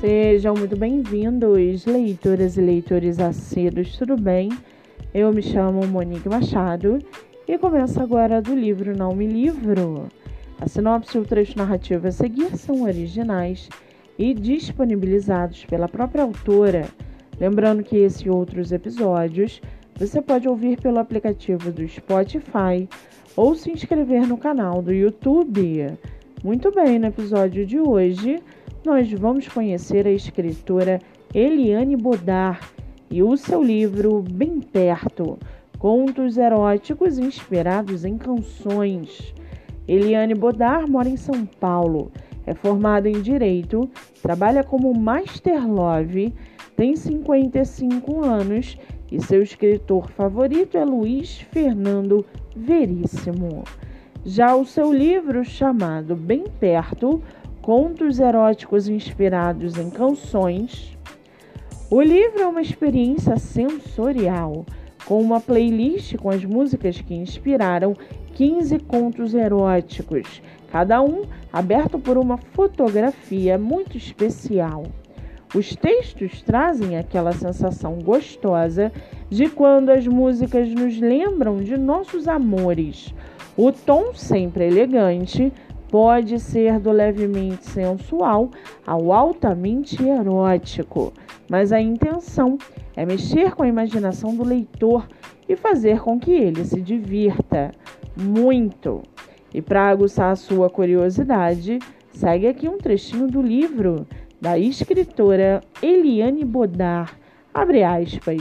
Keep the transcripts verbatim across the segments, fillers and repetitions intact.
Sejam muito bem-vindos, leitoras e leitores assíduos, tudo bem? Eu me chamo Monique Machado e começo agora do livro Não Me Livro. A sinopse e o trecho narrativo a seguir são originais e disponibilizados pela própria autora. Lembrando que esse e outros episódios você pode ouvir pelo aplicativo do Spotify ou se inscrever no canal do YouTube. Muito bem, no episódio de hoje nós vamos conhecer a escritora Eliane Bodar e o seu livro Bem Perto, contos eróticos inspirados em canções. Eliane Bodar mora em São Paulo, é formada em Direito, trabalha como Master Love, tem cinquenta e cinco anos e seu escritor favorito é Luiz Fernando Veríssimo. Já o seu livro, chamado Bem Perto, contos eróticos inspirados em canções. O livro é uma experiência sensorial, com uma playlist com as músicas que inspiraram quinze contos eróticos, cada um aberto por uma fotografia muito especial. Os textos trazem aquela sensação gostosa de quando as músicas nos lembram de nossos amores. O tom, sempre elegante, pode ser do levemente sensual ao altamente erótico, mas a intenção é mexer com a imaginação do leitor e fazer com que ele se divirta muito. E para aguçar a sua curiosidade, segue aqui um trechinho do livro da escritora Eliane Bodar, abre aspas.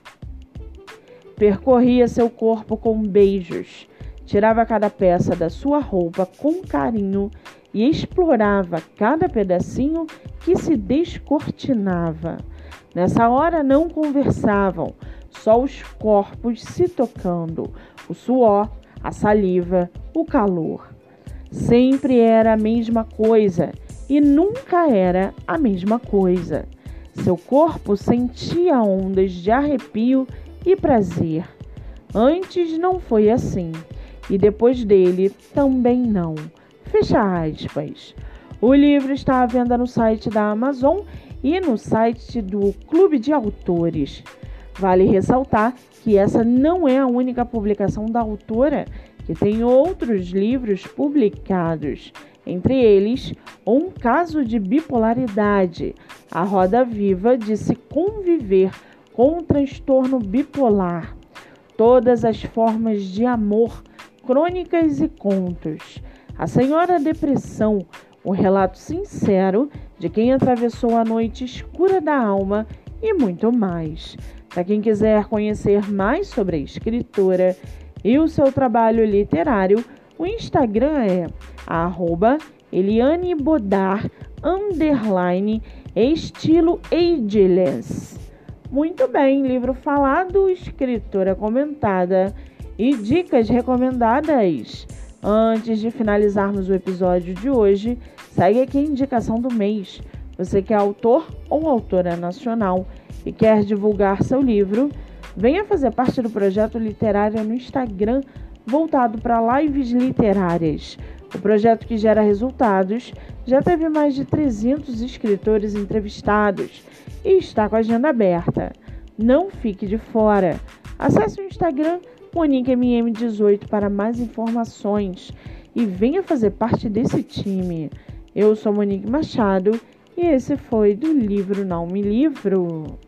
Percorria seu corpo com beijos, tirava cada peça da sua roupa com carinho e explorava cada pedacinho que se descortinava. Nessa hora não conversavam, só os corpos se tocando, o suor, a saliva, o calor. Sempre era a mesma coisa e nunca era a mesma coisa. Seu corpo sentia ondas de arrepio e prazer. Antes não foi assim. E depois dele também não. Fecha aspas. O livro está à venda no site da Amazon e no site do Clube de Autores. Vale ressaltar que essa não é a única publicação da autora, que tem outros livros publicados, entre eles Um Caso de Bipolaridade, a roda viva de se conviver com o transtorno bipolar, todas as formas de amor, crônicas e contos. A Senhora Depressão, um relato sincero de quem atravessou a noite escura da alma e muito mais. Para quem quiser conhecer mais sobre a escritora e o seu trabalho literário, o Instagram é arroba Eliane Bodar underline estilo ageless. Muito bem, livro falado, escritora comentada e dicas recomendadas. Antes de finalizarmos o episódio de hoje, segue aqui a indicação do mês. Você que é autor ou autora nacional e quer divulgar seu livro, venha fazer parte do projeto literário no Instagram voltado para lives literárias. O projeto, que gera resultados, já teve mais de trezentos escritores entrevistados e está com a agenda aberta. Não fique de fora. Acesse o Instagram Monique M M dezoito para mais informações e venha fazer parte desse time. Eu sou Monique Machado e esse foi do livro Não Me Livro.